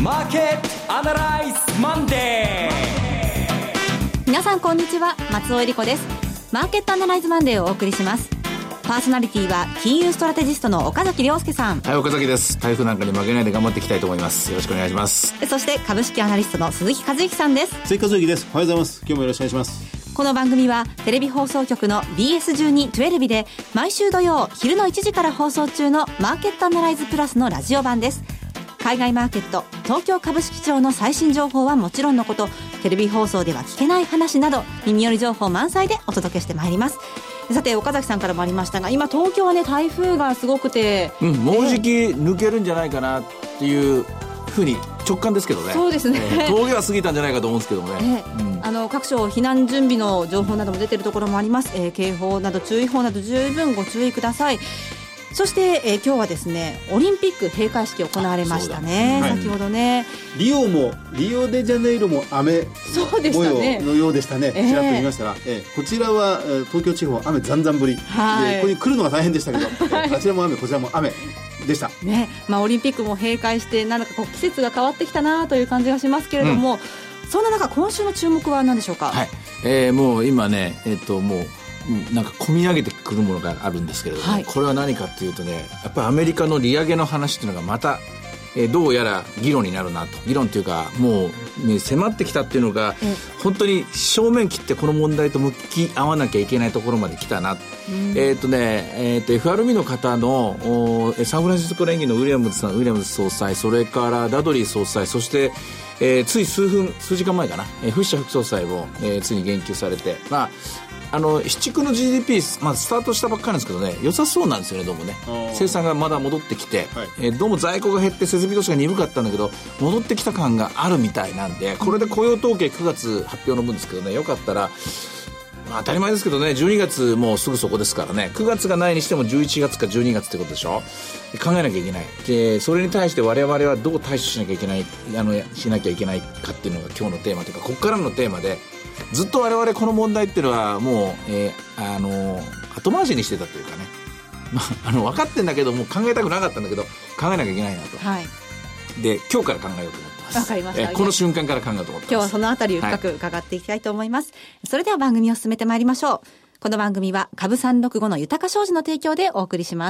マーケットアナライズマンデー。 皆さんこんにちは、松尾恵理子です。マーケットアナライズマンデーをお送りします。パーソナリティは金融ストラテジストの岡崎亮介さん。 はい、岡崎です。台風なんかに負けないで頑張っていきたいと思います。よろしくお願いします。 そして株式アナリストの鈴木和之さんです。 鈴木和之です。おはようございます。今日もよろしくお願いします。 この番組はテレビ放送局の BS12-12 で毎週土曜昼の1時から放送中のマーケットアナライズプラスのラジオ版です。海外マーケット、東京株式市場の最新情報はもちろんのこと、テレビ放送では聞けない話など耳寄り情報満載でお届けしてまいります。さて岡崎さんからもありましたが、今東京はね台風がすごくて、 もうじき抜けるんじゃないかなっていうふうに直感ですけどね。 そうですね、 峠は過ぎたんじゃないかと思うんですけどもね、 各所避難準備の情報なども出ているところもあります。警報など注意報など十分ご注意ください。そして、今日はですねオリンピック閉会式行われましたね、先ほどね。 リオデジャネイロも雨模様のようでしたね。ちらっと見ましたら、こちらは東京地方雨ざんざん降り、でここに来るのが大変でしたけど、あちらも雨こちらも雨でしたね。オリンピックも閉会してなんだか季節が変わってきたなという感じがしますけれども、そんな中今週の注目は何でしょうか。 もう今ね、もうなんか込み上げてくるものがあるんですけれども、これは何かっていうとね、やっぱりアメリカの利上げの話っていうのがまた、どうやら議論になるなと。議論っていうかもう、ね、迫ってきたっていうのが、本当に正面切ってこの問題と向き合わなきゃいけないところまで来たな。FRB の方のサンフランシスコ連銀のウィリアムズ総裁、それからダドリー総裁、そしてつい数時間前かな、フッシャー副総裁も、ついに言及されて、市地区の GDP、スタートしたばっかりなんですけどね、良さそうなんですよね。どうもね、生産がまだ戻ってきて、どうも在庫が減って設備投資が鈍かったんだけど戻ってきた感があるみたいなんで、これで雇用統計9月発表の分ですけどね、よかったら、当たり前ですけどね、12月もうすぐそこですからね、9月がないにしても11月か12月ってことでしょ。考えなきゃいけない。でそれに対して我々はどう対処しなきゃいけない、しなきゃいけないかっていうのが今日のテーマというか、ここからのテーマで、ずっと我々この問題っていうのはもう、後回しにしてたというかね、分かってんだけどもう考えたくなかったんだけど考えなきゃいけないなと、で今日から考えようと思ってます。 わかりました。 この瞬間から考えようと思ってます。 今日はそのあたりを深く伺っていきたいと思います。それでは番組を進めてまいりましょう。この番組は株365の豊か商事の提供でお送りします。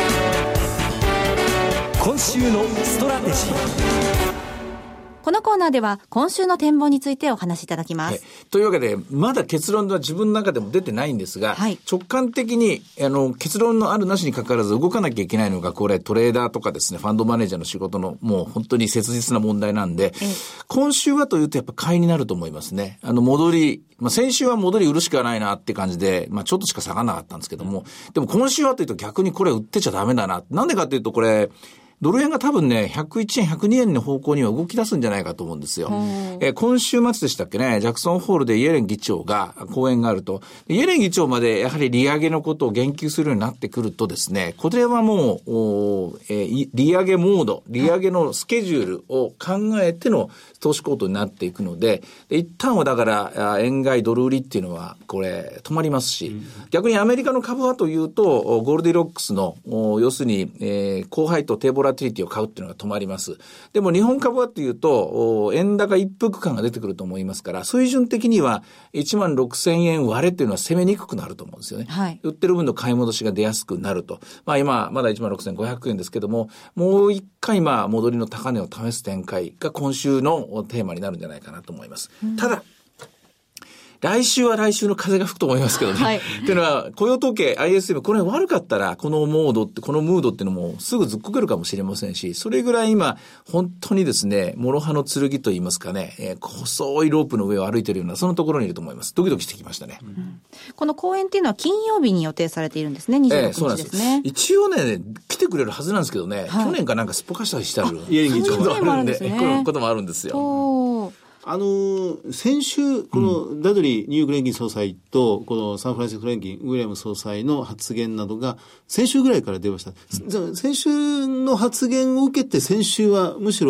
今週のストラテジー。 このコーナーでは今週の展望についてお話しいただきます。 というわけでまだ結論は自分の中でも出てないんですが、直感的に結論のあるなしにかかわらず動かなきゃいけないのが、これトレーダーとかですね、ファンドマネージャーの仕事のもう本当に切実な問題なんで、今週はというとやっぱ買いになると思いますね。戻り、先週は戻り売るしかないなって感じで、ちょっとしか下がらなかったんですけども、でも今週はというと逆にこれ売ってちゃダメだな。なんでかというと、これドル円が多分ね、101円、102円の方向には動き出すんじゃないかと思うんですよ。今週末でしたっけね、ジャクソンホールでイエレン議長が講演があると。イエレン議長までやはり利上げのことを言及するようになってくるとですね、これはもう、利上げモード、利上げのスケジュールを考えての投資行動になっていくので、一旦はだから円買いドル売りっていうのはこれ止まりますし、逆にアメリカの株はというと、ゴールディロックスの要するに、高配当低ボラティリティを買うっていうのが止まります。でも日本株はというと円高一服感が出てくると思いますから、水準的には16,000円割れっていうのは攻めにくくなると思うんですよね。売ってる分の買い戻しが出やすくなると。今まだ16,500円ですけども、もう一回戻りの高値を試す展開が今週のテーマになるんじゃないかなと思います。ただ来週は来週の風が吹くと思いますけどね。っていうのは、雇用統計 ISM、これ悪かったら、このムードっていうのもすぐずっこけるかもしれませんし、それぐらい今、本当にですね、諸刃の剣といいますかね、細いロープの上を歩いているような、そのところにいると思います。ドキドキしてきましたね。 この講演っていうのは金曜日に予定されているんですね、26日そうなんですね。 一応ね、来てくれるはずなんですけどね、去年かなんかすっぽかしたりしてある。 イエレン議長があるんで、 このこともあるんですよ。 先週このダドリーニューヨーク連銀総裁とこのサンフランシスコ連銀ウィリアム総裁の発言などが先週ぐらいから出ました。先週の発言を受けて先週はむしろ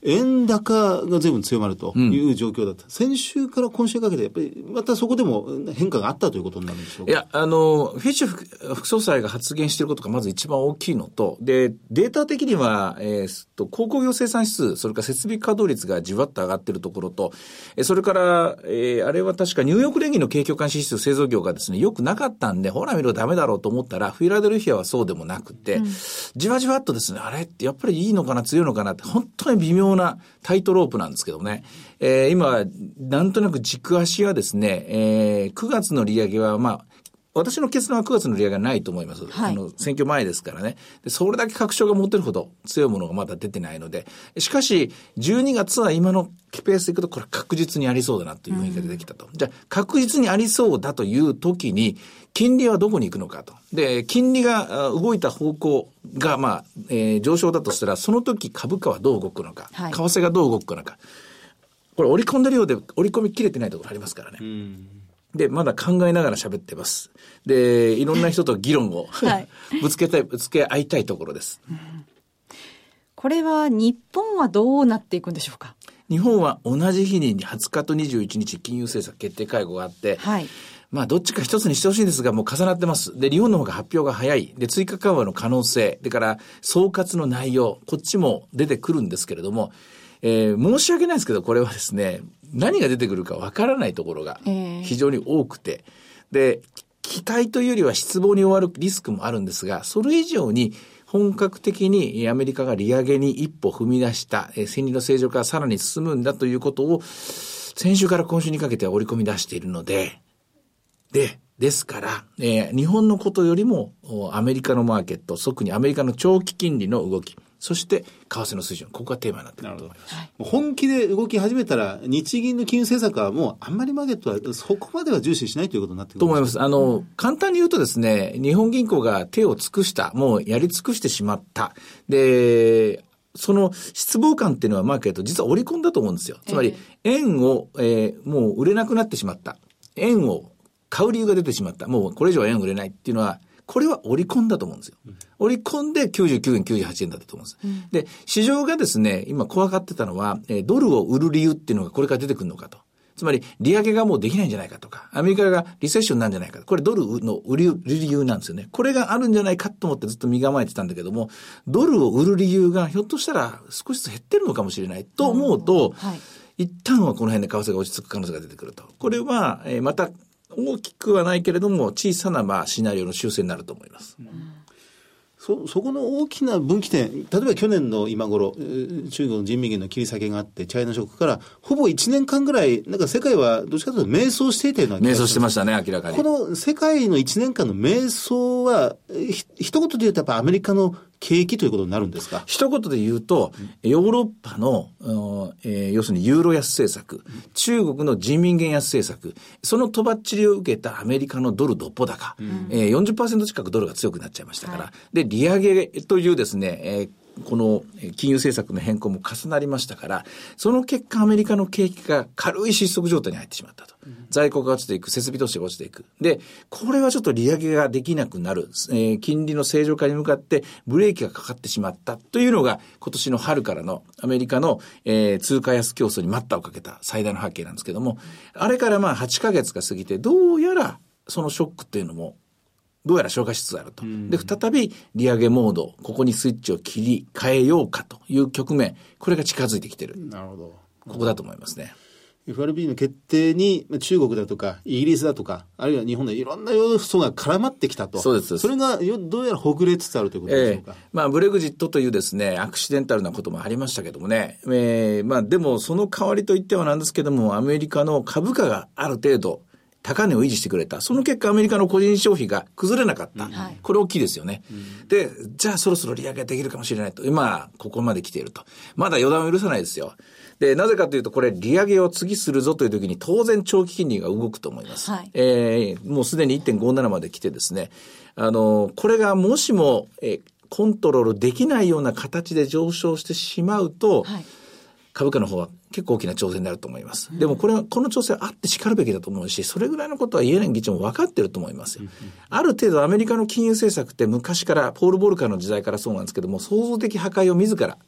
円高が随分強まるという状況だった。先週から今週かけてやっぱりまたそこでも変化があったということになるんでしょうか。 いや、フィッシュ副総裁が発言していることがまず一番大きいのと、で、データ的には、鉱工業生産指数、それから設備稼働率がじわっと上がっているところと、それから、あれは確かニューヨーク連銀の景況監視指数製造業がですね、良くなかったんで、ほら見ろダメだろうと思ったら、フィラデルフィアはそうでもなくて、じわじわっとですね、あれってやっぱりいいのかな、強いのかなって、本当に微妙なタイトロープなんですけどね。今、なんとなく軸足はですね、9月の利上げは、私の結論は9月の利上げはないと思います。はい、選挙前ですからね。で、それだけ確証が持てるほど強いものがまだ出てないので、しかし、12月は今のペースでいくと、これ確実にありそうだなという雰囲気が出てきたと。じゃあ、確実にありそうだという時に、金利はどこに行くのかと。で、金利が動いた方向が、上昇だとしたら、その時株価はどう動くのか、為替がどう動くのか。これ織り込んでるようで織り込みきれてないところありますからね。で、まだ考えながら喋ってます。で、いろんな人と議論を、ぶつけ合いたいところです。 これは日本はどうなっていくんでしょうか。 日本は同じ日に20日と21日金融政策決定会合があって、どっちか一つにしてほしいんですが、もう重なってます。で、日本の方が発表が早い。で、追加緩和の可能性。でから、総括の内容。こっちも出てくるんですけれども、申し訳ないですけど、これはですね、何が出てくるかわからないところが非常に多くて、で、期待というよりは失望に終わるリスクもあるんですが、それ以上に本格的にアメリカが利上げに一歩踏み出した、金利の正常化がさらに進むんだということを、先週から今週にかけては織り込み出しているので、ですから、日本のことよりもアメリカのマーケット、特にアメリカの長期金利の動き、そして為替の水準、ここがテーマになってくると思います。 本気で動き始めたら、日銀の金融政策はもうあんまりマーケットはそこまでは重視しないということになってくると思います。簡単に言うとですね、日本銀行が手を尽くした、もうやり尽くしてしまった。で、その失望感っていうのはマーケット実は織り込んだと思うんですよ。つまり、円を、もう売れなくなってしまった。円を買う理由が出てしまった。もうこれ以上は円売れないっていうのは、これは織り込んだと思うんですよ。織り込んで99円、98円だったと思うんです。で、市場がですね、今怖がってたのは、ドルを売る理由っていうのがこれから出てくるのかと。つまり、利上げがもうできないんじゃないかとか、アメリカがリセッションなんじゃないかと。これドルの売る理由なんですよね。これがあるんじゃないかと思ってずっと身構えてたんだけども、ドルを売る理由がひょっとしたら少しずつ減ってるのかもしれないと思うと、一旦はこの辺で為替が落ち着く可能性が出てくると。これは、また、大きくはないけれども小さなシナリオの修正になると思います。 そこの大きな分岐点、例えば去年の今頃、中国の人民元の切り下げがあってチャイナショックからほぼ1年間ぐらいなんか世界はどっちかというと迷走していたような気がします。 迷走してましたね、明らかに。 この世界の1年間の迷走は一言で言うとやっぱアメリカの景気ということになるんですか。 一言で言うと、ヨーロッパの、要するにユーロ安政策、中国の人民元安政策、そのとばっちりを受けたアメリカのドルどっぽ高、40% 近くドルが強くなっちゃいましたから、で、利上げというですね、この金融政策の変更も重なりましたから、その結果アメリカの景気が軽い失速状態に入ってしまったと。在庫が落ちていく、設備投資が落ちていく。で、これはちょっと利上げができなくなる、金利の正常化に向かってブレーキがかかってしまったというのが今年の春からのアメリカの、通貨安競争に待ったをかけた最大の背景なんですけども、あれから8ヶ月が過ぎてどうやらそのショックっていうのもどうやら消化しつつあると。で、再び利上げモード、ここにスイッチを切り替えようかという局面、これが近づいてきている。 なるほど。 ここだと思いますね。 FRB の決定に中国だとかイギリスだとかあるいは日本でいろんな要素が絡まってきたと。 そうです。 それがどうやらほぐれつつあるということでしょうか。 ブレグジットというですねアクシデンタルなこともありましたけどもね、でもその代わりといってはなんですけどもアメリカの株価がある程度高値を維持してくれた。その結果アメリカの個人消費が崩れなかった。これ大きいですよね。で、じゃあそろそろ利上げできるかもしれないと。今、ここまで来ていると。まだ予断を許さないですよ。で、なぜかというと、これ利上げを次するぞという時に当然長期金利が動くと思います。もうすでに 1.57 まで来てですね、これがもしも、コントロールできないような形で上昇してしまうと、株価の方は結構大きな調整になると思います。でもこの調整はあって叱るべきだと思うし、それぐらいのことはイエレン議長も分かってると思いますよ。ある程度アメリカの金融政策って昔からポール・ボルカーの時代からそうなんですけども、創造的破壊を自ら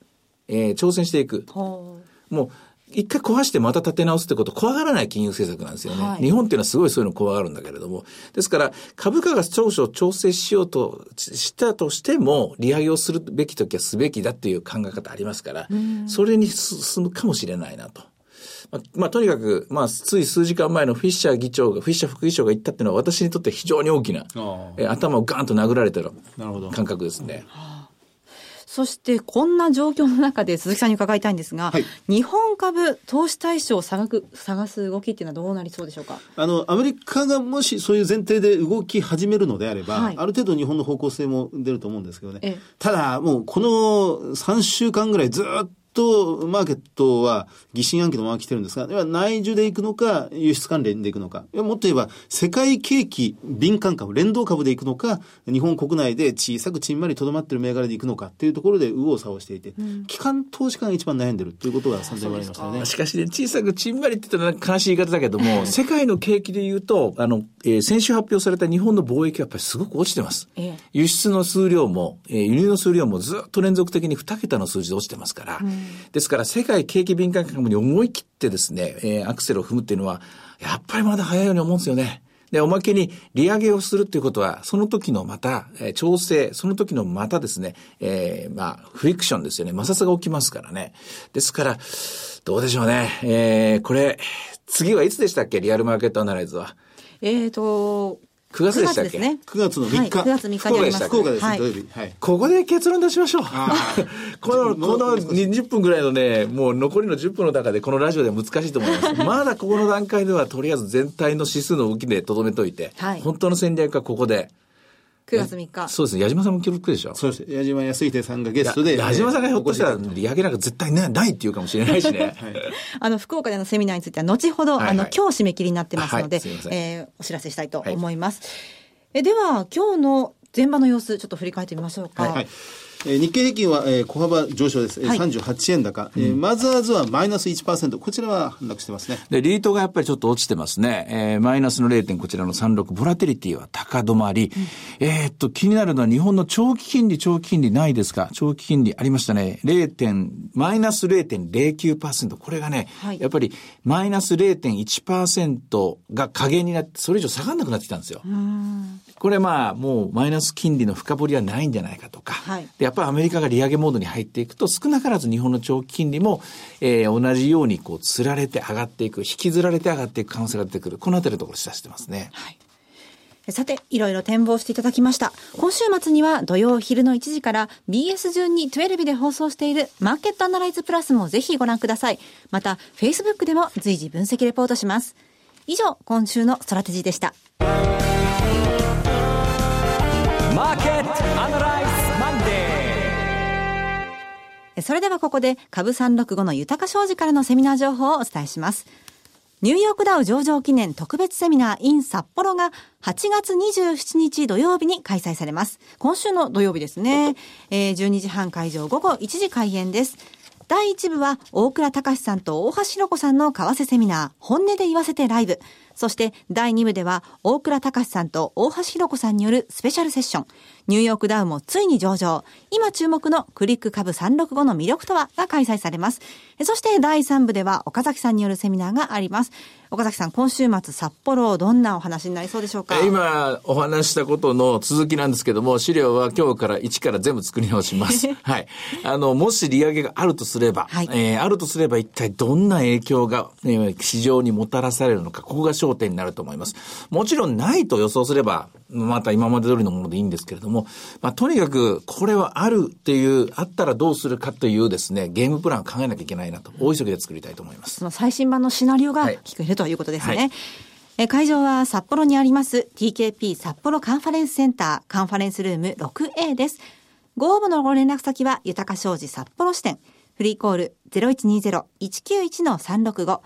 挑戦していく。もう、一回壊してまた立て直すってことを怖がらない金融政策なんですよね。はい、日本っていうのはすごいそういうの怖がるんだけれども。ですから、株価が長所調整しようとしたとしても、利上げをするべきときはすべきだっていう考え方ありますから、それに進むかもしれないなと。とにかく、つい数時間前のフィッシャー副議長が言ったっていうのは私にとって非常に大きな、頭をガーンと殴られた感覚ですね。 そしてこんな状況の中で鈴木さんに伺いたいんですが、はい、日本株投資対象を探す動きっていうのはどうなりそうでしょうか。 アメリカがもしそういう前提で動き始めるのであれば、はい、ある程度日本の方向性も出ると思うんですけどね。ただもうこの3週間ぐらいずっとマーケットは疑心暗鬼のまま来てるんですが、内需で行くのか輸出関連で行くのか、もっと言えば世界景気敏感株連動株で行くのか、日本国内で小さくちんまりとどまってる銘柄で行くのかっていうところで右往左往していて、機関投資家が一番悩んでるっていうことが散々言われましたよね。 しかしね、小さくちんまりって言ったら悲しい言い方だけども、世界の景気で言うと先週発表された日本の貿易はやっぱりすごく落ちてます。輸出の数量も輸入の数量もずっと連続的に2桁の数字で落ちてますから、ですから世界景気敏感株に思い切ってですね、アクセルを踏むっていうのはやっぱりまだ早いように思うんですよね。で、おまけに利上げをするっていうことはその時のまた、調整、その時のまたですね、フリクションですよね。摩擦が起きますからね。ですからどうでしょうね。これ次はいつでしたっけ、リアルマーケットアナライズは。9月でしたっけ。 ね、 9月の3日。はい、 9月3日にあります。 福岡です、 はい、 土曜日。はい。 ここで結論出しましょう。この20分ぐらいのね、もう残りの10分の中でこのラジオでは難しいと思います。まだここの段階ではとりあえず全体の指数の動きでとどめといて、はい、本当の戦略はここで。 9月3日。 そうですね。矢島さんも記録でしょ。 そうです。矢島康秀さんがゲストで。 矢島さんがひょっとしたら利上げなんか絶対ないっていうかもしれないしね。 はい、福岡でのセミナーについては後ほど、今日締め切りになってますので、お知らせしたいと思います。では今日の前場の様子ちょっと振り返ってみましょうか。はい、 日経平均は、小幅上昇です。38円高。マザーズはマイナス 1%。こちらは反落してますね。 で、リートがやっぱりちょっと落ちてますね。マイナスの 0. こちらの36。ボラテリティは高止まり。気になるのは日本の長期金利ないですか？長期金利ありましたね。マイナス 0.09%。これがね、やっぱりマイナス 0.1% が下限になって、それ以上下がんなくなってきたんですよ。これもうマイナス金利の深掘りはないんじゃないかとか。でやっぱりアメリカが利上げモードに入っていくと少なからず日本の長期金利も、同じようにつられて上がっていく、引きずられて上がっていく可能性が出てくる。このあたりのところを示唆してますね。はい。 さて、いろいろ展望していただきました。今週末には土曜昼の1時から BS12-12 で放送しているマーケットアナライズプラスもぜひご覧ください。また Facebook でも随時分析レポートします。以上、今週のストラテジーでした。 マーケットアナライズマンデー。それではここで株365の豊か商事からのセミナー情報をお伝えします。ニューヨークダウ上場記念特別セミナー in 札幌が8月27日土曜日に開催されます。今週の土曜日ですね。12時半会場、午後1時開演です。第1部は大倉隆さんと大橋ひろ子さんの為替セミナー本音で言わせてライブ。そして第2部では大倉隆さんと大橋ひろ子さんによるスペシャルセッション。ニューヨークダウもついに上場。今注目のクリック株365の魅力とはが開催されます。そして第3部では岡崎さんによるセミナーがあります。岡崎さん、今週末札幌どんなお話になりそうでしょうか？ 今お話したことの続きなんですけども、資料は今日から一から全部作り直します。はい。もし利上げがあるとすれば、あるとすれば一体どんな影響が、市場にもたらされるのか、ここが焦点になると思います。もちろんないと予想すれば、また今まで通りのものでいいんですけれども、とにかくこれはあるっていう、あったらどうするかというですね、ゲームプランを考えなきゃいけないなと、大急ぎで作りたいと思います。 その最新版のシナリオが聞けるということですね。会場は札幌にあります TKP 札幌カンファレンスセンターカンファレンスルーム 6A です。ご応募のご連絡先は豊か商事札幌支店、フリーコール 0120-191-365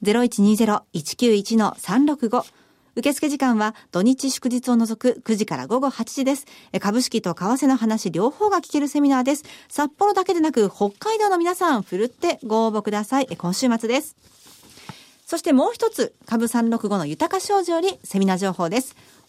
0120-191-365。受付時間は土日祝日を除く9時から午後8時です。株式と為替の話両方が聞けるセミナーです。札幌だけでなく北海道の皆さんふるってご応募ください。今週末です。そしてもう一つ、株365の豊か商事よりセミナー情報です。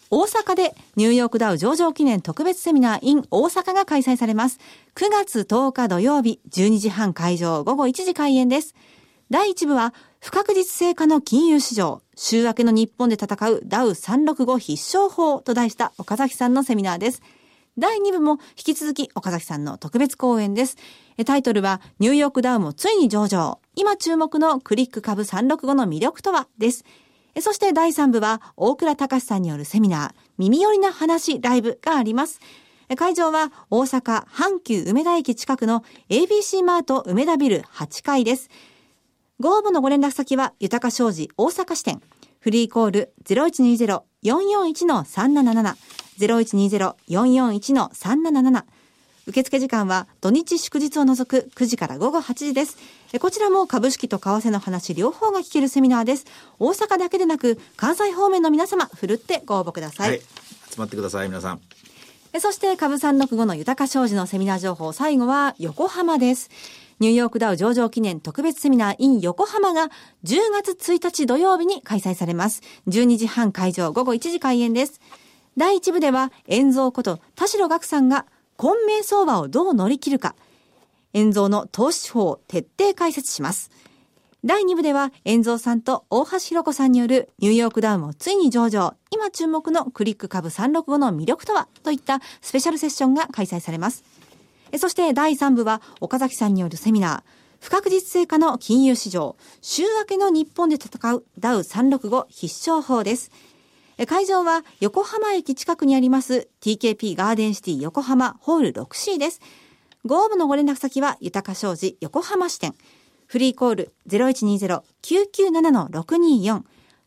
大阪でニューヨークダウ上場記念特別セミナー in 大阪が開催されます。9月10日土曜日12時半会場、午後1時開演です。第1部は不確実性化の金融市場、週明けの日本で戦うダウ365必勝法と題した岡崎さんのセミナーです。第2部も引き続き岡崎さんの特別講演です。タイトルはニューヨークダウもついに上場、今注目のクリック株365の魅力とはです。そして第3部は大倉隆さんによるセミナー、耳寄りな話ライブがあります。会場は大阪阪急梅田駅近くの ABC マート梅田ビル8階です。ご応募のご連絡先は豊か商事大阪支店、フリーコール 0120-441-377 0120-441-377。受付時間は土日祝日を除く9時から午後8時です。こちらも株式と為替の話両方が聞けるセミナーです。大阪だけでなく関西方面の皆様、ふるってご応募ください。 はい、集まってください皆さん。 そして株365の豊か商事のセミナー情報、最後は横浜です。ニューヨークダウ上場記念特別セミナー in 横浜が10月1日土曜日に開催されます。12時半会場、午後1時開演です。第1部では円蔵こと田代岳さんが混迷相場をどう乗り切るか、円蔵の投資法を徹底解説します。第2部では円蔵さんと大橋弘子さんによるニューヨークダウもついに上場、今注目のクリック株365の魅力とはといったスペシャルセッションが開催されます。そして第3部は岡崎さんによるセミナー、不確実性化の金融市場、週明けの日本で戦うダウ365必勝法です。会場は横浜駅近くにあります TKP ガーデンシティ横浜ホール 6C です。ご応募のご連絡先は豊か商事横浜支店、フリーコール 0120-997-624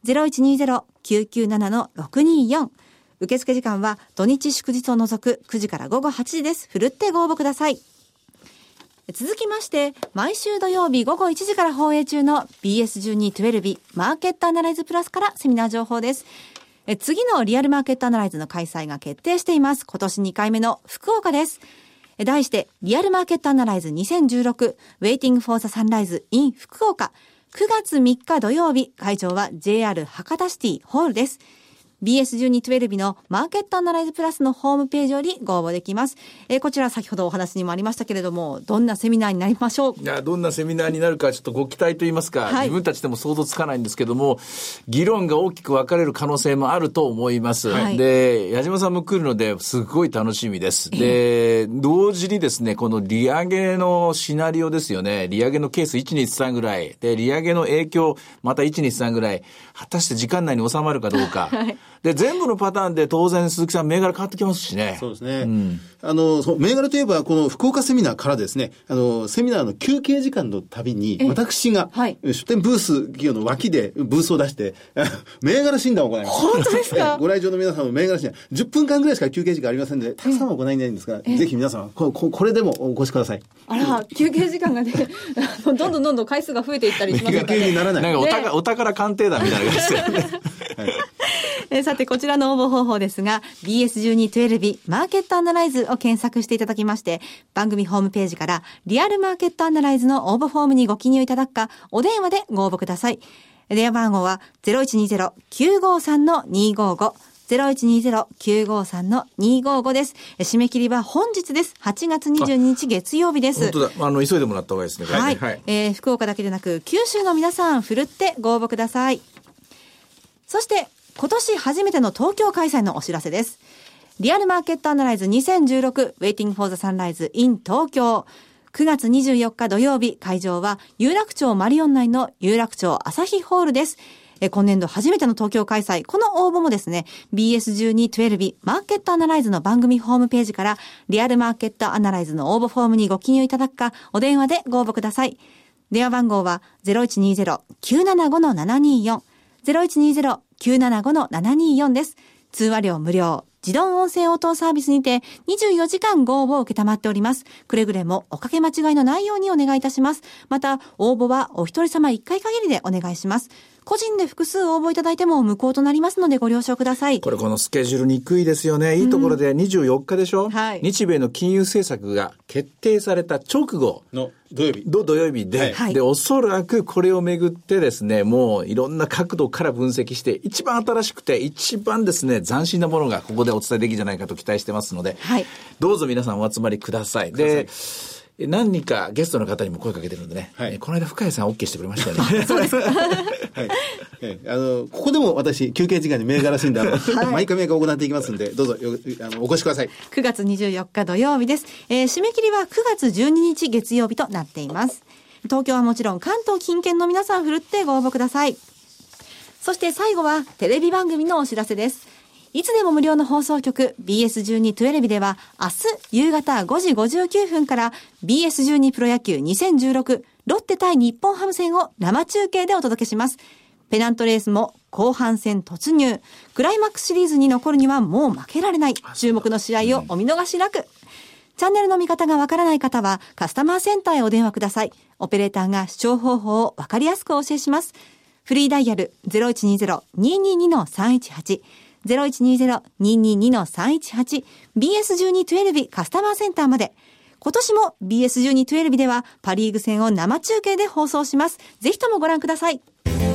0120-997-624。受付時間は土日祝日を除く9時から午後8時です。ふるってご応募ください。続きまして、毎週土曜日午後1時から放映中の BS12-12 マーケットアナライズプラスからセミナー情報です。次のリアルマーケットアナライズの開催が決定しています。今年2回目の福岡です。題してリアルマーケットアナライズ2016 Waiting for the Sunrise in 福岡、9月3日土曜日、会場は JR 博多シティホールです。BS12-12 のマーケットアナライズプラスのホームページよりご応募できます。こちら先ほどお話にもありましたけれども、どんなセミナーになりましょう。 いや、どんなセミナーになるかちょっとご期待といいますか、はい、自分たちでも想像つかないんですけども、議論が大きく分かれる可能性もあると思います。はい、で、矢島さんも来るのですごい楽しみです。で、同時にですね、この利上げのシナリオですよね。利上げのケース 1,2,3 ぐらいで、利上げの影響また 1,2,3 ぐらい、果たして時間内に収まるかどうか。はい、で、全部のパターンで当然鈴木さん銘柄変わってきますしね。 そうですね。銘柄といえばこの福岡セミナーからですね、セミナーの休憩時間のたびに私が書店ブース企業の脇でブースを出して銘柄診断を行います。 本当ですか？ ご来場の皆さんの銘柄診断、10分間ぐらいしか休憩時間ありませんので、たくさんは行いないんですが、ぜひ皆さんこれでもお越しください。 あら、休憩時間がねどんどん回数が増えていったりしますからね。 休憩にならない。 なんかお宝鑑定団みたいな感じですよね。 はい、さてこちらの応募方法ですが BS12-12 マーケットアナライズを検索していただきまして、番組ホームページからリアルマーケットアナライズの応募フォームにご記入いただくか、お電話でご応募ください。電話番号は 0120-953-255 0120-953-255 です。締め切りは本日です。8月22日月曜日です。 本当だ。急いでもらった方がいいですね。 はい。はい、福岡だけでなく九州の皆さん、ふるってご応募ください。そして今年初めての東京開催のお知らせです。リアルマーケットアナライズ2016 Waiting for the Sunrise in 東京、9月24日土曜日、会場は有楽町マリオン内の有楽町朝日ホールです。今年度初めての東京開催。この応募もですね、BS12-12 マーケットアナライズの番組ホームページからリアルマーケットアナライズの応募フォームにご記入いただくか、お電話でご応募ください。電話番号は 0120-975-724 0120-975-724 です。通話料無料、自動音声応答サービスにて24時間ご応募を受けたまっております。くれぐれもおかけ間違いのないようにお願いいたします。また、応募はお一人様1回限りでお願いします。 個人で複数応募いただいても無効となりますのでご了承ください。 このスケジュールにくいですよね。いいところで24日でしょ、はい、日米の金融政策が決定された直後の土曜日で、はい、で、おそらくこれをめぐってですね、もういろんな角度から分析して、一番新しくて、一番ですね、斬新なものがここでお伝えできるんじゃないかと期待してますので、はい、どうぞ皆さんお集まりください。で、何人かゲストの方にも声かけてるんでね、はい、この間深谷さん OK してくれましたよね。そうですか。 はい。ここでも私休憩時間に銘柄診断を毎回行っていきますんで、どうぞお越しください。 9月24日土曜日です。締め切りは9月12日月曜日となっています。東京はもちろん関東近県の皆さんふるってご応募ください。そして最後はテレビ番組のお知らせです。いつでも無料の放送局 BS12-12 では明日夕方5時59分から BS12 プロ野球2016ロッテ対日本ハム戦を生中継でお届けします。ペナントレースも後半戦突入。クライマックスシリーズに残るにはもう負けられない。注目の試合をお見逃しなく。チャンネルの見方がわからない方はカスタマーセンターへお電話ください。オペレーターが視聴方法をわかりやすくお教えします。フリーダイヤル 0120-222-318 0120-222-318 BS12-12 カスタマーセンターまで。今年も BS12-12 ではパリーグ戦を生中継で放送します。ぜひともご覧ください。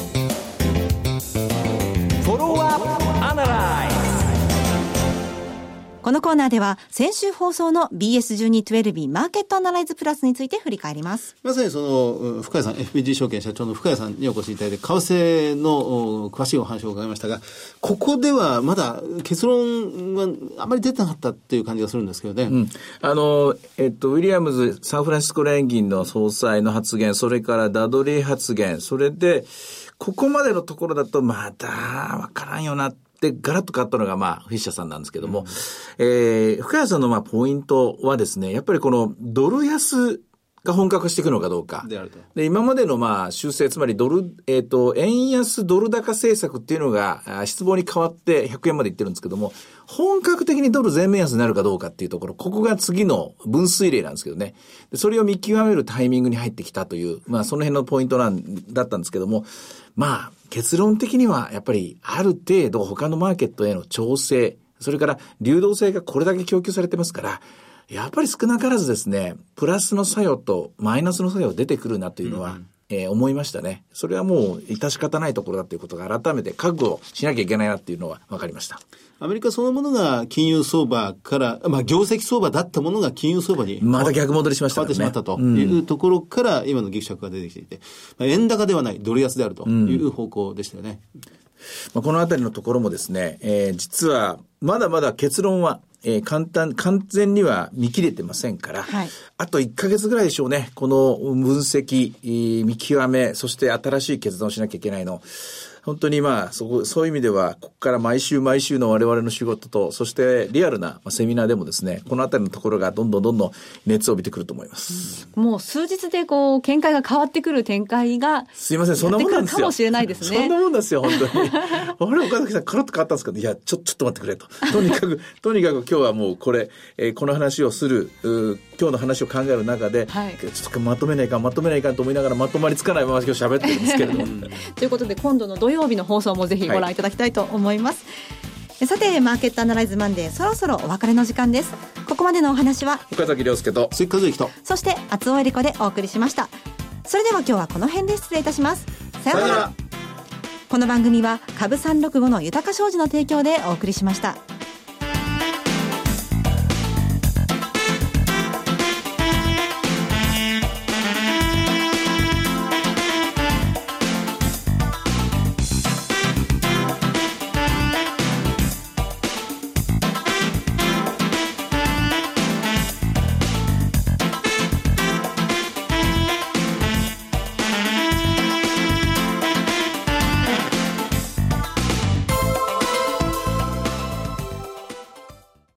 このコーナーでは先週放送の BS12-12 マーケットアナライズプラスについて振り返ります。 まさにその深谷さん FPG 証券社長の深谷さんにお越しいただいて為替の詳しいお話を伺いましたが、ここではまだ結論はあまり出てなかったっていう感じがするんですけどね、ウィリアムズサンフランシスコ連銀の総裁の発言、それからダドリー発言、それでここまでのところだとまだわからんよなでガラッと変わったのがフィッシャーさんなんですけども、深谷さんのポイントはですね、やっぱりこのドル安が本格化していくのかどうか。で、今までの修正、つまり円安ドル高政策っていうのが失望に変わって100円までいってるんですけども、本格的にドル全面安になるかどうかっていうところ、ここが次の分水嶺なんですけどね。でそれを見極めるタイミングに入ってきたという、その辺のポイントだったんですけども、結論的にはやっぱりある程度他のマーケットへの調整、それから流動性がこれだけ供給されてますから、やっぱり少なからずですね、プラスの作用とマイナスの作用出てくるなというのは、思いましたね。それはもう致し方ないところだということが改めて覚悟しなきゃいけないなっていうのは分かりました。 アメリカそのものが金融相場から、業績相場だったものが金融相場にまた逆戻りしましたね。 変わってしまったというところから今のギクシャクが出てきていて、円高ではないドル安であるという方向でしたよね。 このあたりのところもですね、実はまだまだ結論は完全には見切れてませんから、はい、あと1ヶ月ぐらいでしょうね。この分析、見極め、そして新しい決断をしなきゃいけないの。本当にそういう意味では、ここから毎週毎週の我々の仕事と、そしてリアルなセミナーでもですね、このあたりのところがどんどん熱を帯びてくると思います。 もう数日で見解が変わってくる展開が、 すいません、そんなもんなんですよ。 かもしれないですね。 そんなもんですよ、本当に。あれ、岡崎さん、カラッと変わったんですけど、いや、ちょっと待ってくれと。とにかく今日はもうこの話をする、今日の話を考える中で、はい、ちょっとまとめないかんと思いながらまとまりつかないまま今日喋ってるんですけれども。 ということで、今度の土曜日の放送もぜひご覧いただきたいと思います。はい、さて、マーケットアナライズマンデー、そろそろお別れの時間です。ここまでのお話は岡崎亮介と鈴木和之と、 そして厚尾恵理子でお送りしました。それでは今日はこの辺で失礼いたします。さようなら。この番組は株365の豊か商事の提供でお送りしました。